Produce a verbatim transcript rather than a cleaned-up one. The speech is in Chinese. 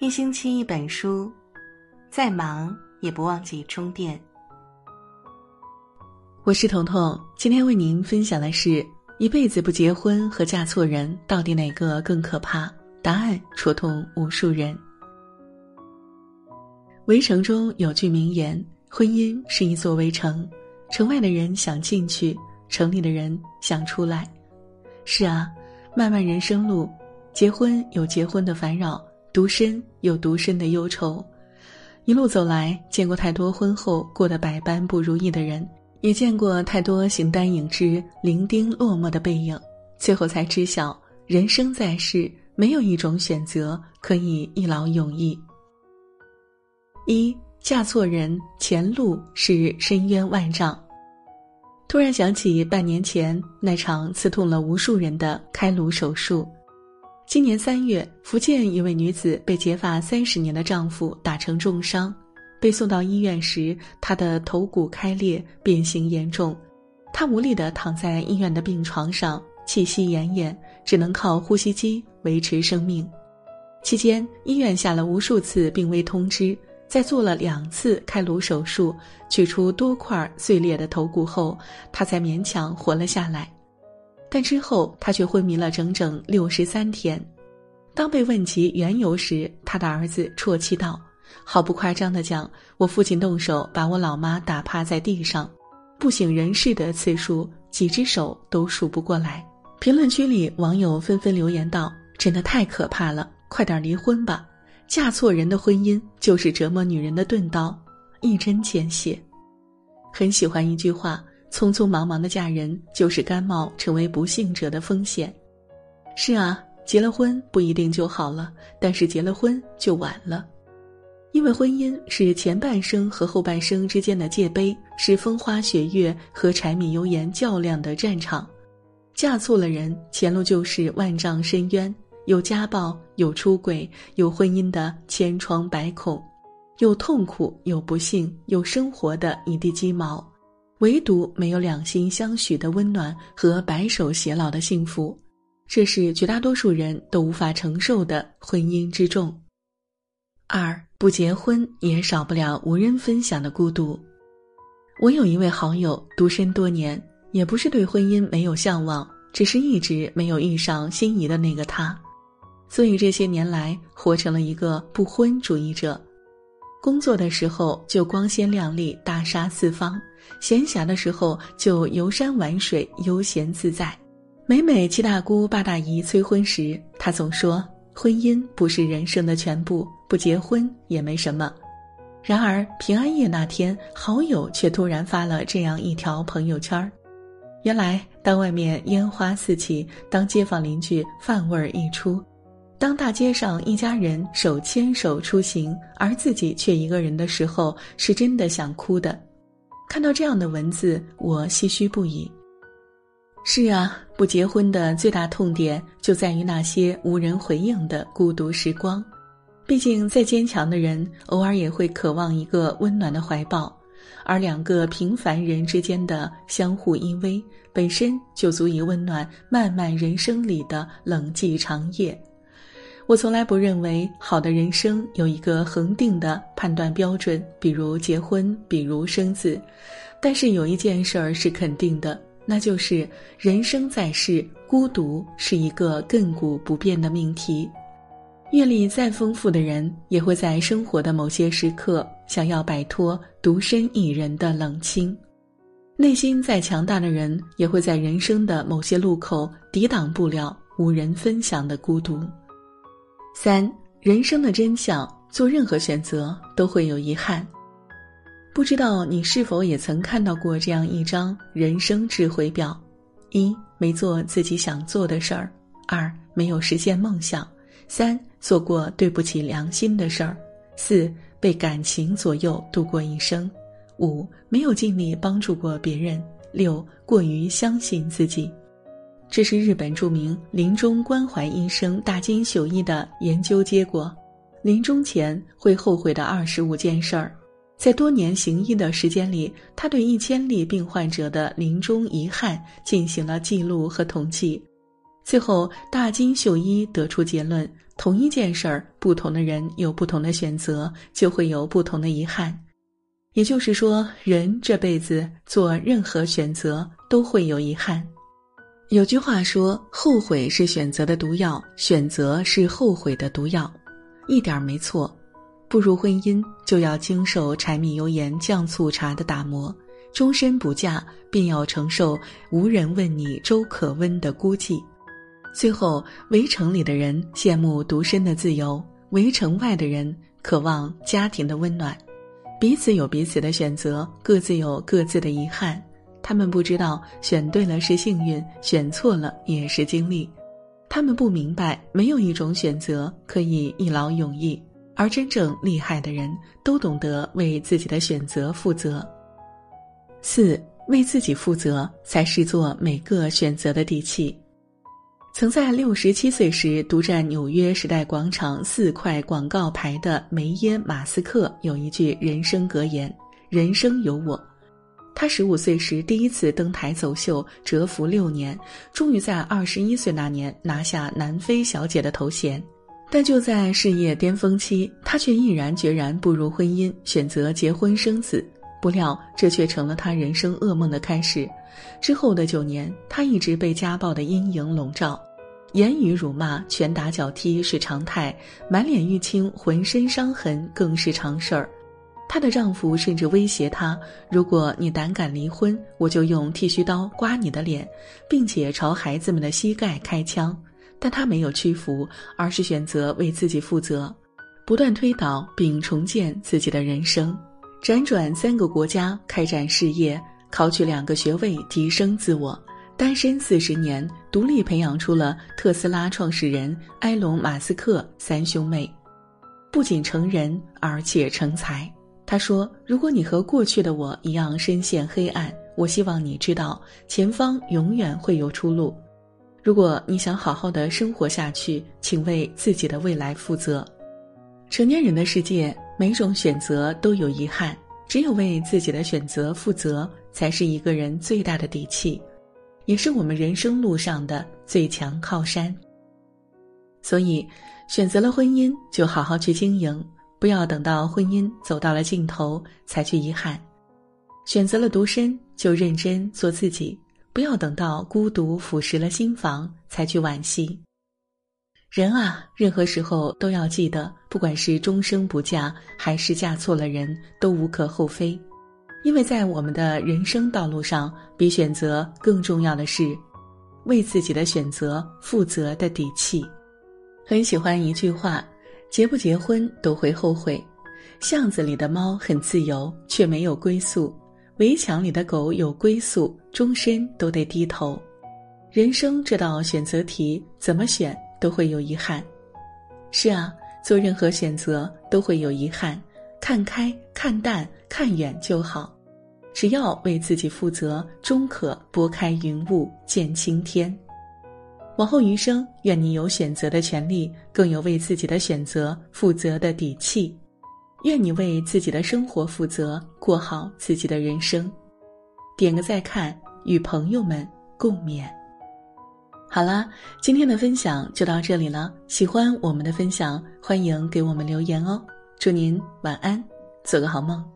一星期一本书，再忙也不忘记充电。 我是彤彤，今天为您分享的是一辈子不结婚和嫁错人到底哪个更可怕？答案戳痛无数人。围城中有句名言，婚姻是一座围城，城外的人想进去，城里的人想出来。是啊，漫漫人生路，结婚有结婚的烦扰，独身有独身的忧愁。一路走来，见过太多婚后过得百般不如意的人，也见过太多形单影只、伶仃落寞的背影，最后才知晓，人生在世，没有一种选择可以一劳永逸。一，嫁错人，前路是深渊万丈。突然想起半年前那场刺痛了无数人的开颅手术。今年三月，福建一位女子被结发三十年的丈夫打成重伤，被送到医院时，她的头骨开裂，变形严重。她无力地躺在医院的病床上，气息奄奄，只能靠呼吸机维持生命。期间，医院下了无数次病危通知，在做了两次开颅手术，取出多块碎裂的头骨后，她才勉强活了下来。但之后她却昏迷了整整六十三天。当被问及缘由时，她的儿子啜泣道，毫不夸张地讲，我父亲动手把我老妈打趴在地上，不省人事的次数几只手都数不过来。评论区里网友纷纷留言道，真的太可怕了，快点离婚吧，嫁错人的婚姻就是折磨女人的钝刀，一针见血。很喜欢一句话，匆匆忙忙的嫁人就是甘冒成为不幸者的风险。是啊，结了婚不一定就好了，但是结了婚就晚了。因为婚姻是前半生和后半生之间的界碑，是风花雪月和柴米油盐较量的战场。嫁错了人，前路就是万丈深渊，有家暴，有出轨，有婚姻的千疮百孔，有痛苦，有不幸，有生活的一地鸡毛，唯独没有两心相许的温暖和白首偕老的幸福，这是绝大多数人都无法承受的婚姻之重。二，不结婚也少不了无人分享的孤独。我有一位好友，独身多年，也不是对婚姻没有向往，只是一直没有遇上心仪的那个他，所以这些年来活成了一个不婚主义者。工作的时候就光鲜亮丽，大杀四方，闲暇的时候就游山玩水，悠闲自在。每每七大姑八大姨催婚时，他总说婚姻不是人生的全部，不结婚也没什么。然而平安夜那天，好友却突然发了这样一条朋友圈。原来当外面烟花四起，当街坊邻居饭味儿一出，当大街上一家人手牵手出行，而自己却一个人的时候，是真的想哭的。看到这样的文字，我唏嘘不已。是啊，不结婚的最大痛点就在于那些无人回应的孤独时光。毕竟再坚强的人，偶尔也会渴望一个温暖的怀抱，而两个平凡人之间的相互依偎，本身就足以温暖漫漫人生里的冷寂长夜。我从来不认为好的人生有一个恒定的判断标准，比如结婚，比如生子。但是有一件事儿是肯定的，那就是人生在世，孤独是一个亘古不变的命题。阅历再丰富的人，也会在生活的某些时刻想要摆脱独身一人的冷清。内心再强大的人，也会在人生的某些路口抵挡不了无人分享的孤独。三，人生的真相，做任何选择都会有遗憾。不知道你是否也曾看到过这样一张人生智慧表：一，没做自己想做的事儿；二，没有实现梦想；三，做过对不起良心的事儿；四，被感情左右度过一生；五，没有尽力帮助过别人；六，过于相信自己。这是日本著名临终关怀医生大金秀一的研究结果，临终前会后悔的二十五件事儿。在多年行医的时间里，他对一千例病患者的临终遗憾进行了记录和统计。 最后大金秀一得出结论，同一件事儿，不同的人有不同的选择，就会有不同的遗憾。也就是说，人这辈子做任何选择都会有遗憾。有句话说，后悔是选择的毒药，选择是后悔的毒药，一点没错。步入婚姻就要经受柴米油盐酱醋茶的打磨，终身不嫁便要承受无人问你粥可温的孤寂。最后，围城里的人羡慕独身的自由，围城外的人渴望家庭的温暖。彼此有彼此的选择，各自有各自的遗憾。他们不知道选对了是幸运，选错了也是经历。他们不明白没有一种选择可以一劳永逸，而真正厉害的人都懂得为自己的选择负责。四，为自己负责才是做每个选择的底气。曾在六十七岁时独占纽约时代广场四块广告牌的梅耶马斯克有一句人生格言：人生有我。他十五岁时第一次登台走秀，蛰伏六年，终于在二十一岁那年拿下南非小姐的头衔。但就在事业巅峰期，他却毅然决然步入婚姻，选择结婚生子。不料这却成了他人生噩梦的开始。之后的九年，他一直被家暴的阴影笼罩，言语辱骂、拳打脚踢是常态，满脸淤青、浑身伤痕更是常事儿。她的丈夫甚至威胁她，如果你胆敢离婚，我就用剃须刀刮你的脸，并且朝孩子们的膝盖开枪。但她没有屈服，而是选择为自己负责，不断推倒并重建自己的人生，辗转三个国家开展事业，考取两个学位提升自我，单身四十年，独立培养出了特斯拉创始人埃隆·马斯克三兄妹，不仅成人，而且成才。他说，如果你和过去的我一样深陷黑暗，我希望你知道前方永远会有出路。如果你想好好的生活下去，请为自己的未来负责。成年人的世界，每种选择都有遗憾，只有为自己的选择负责，才是一个人最大的底气，也是我们人生路上的最强靠山。所以，选择了婚姻，就好好去经营，不要等到婚姻走到了尽头才去遗憾。选择了独身，就认真做自己，不要等到孤独腐蚀了心房才去惋惜。人啊，任何时候都要记得，不管是终生不嫁，还是嫁错了人，都无可厚非。因为在我们的人生道路上，比选择更重要的是为自己的选择负责的底气。很喜欢一句话，结不结婚都会后悔。巷子里的猫很自由，却没有归宿；围墙里的狗有归宿，终身都得低头。人生这道选择题，怎么选都会有遗憾。是啊，做任何选择都会有遗憾，看开、看淡、看远就好。只要为自己负责，终可拨开云雾见青天。往后余生，愿你有选择的权利，更有为自己的选择负责的底气。愿你为自己的生活负责，过好自己的人生。点个再看，与朋友们共勉。好啦，今天的分享就到这里了。喜欢我们的分享，欢迎给我们留言哦。祝您晚安，做个好梦。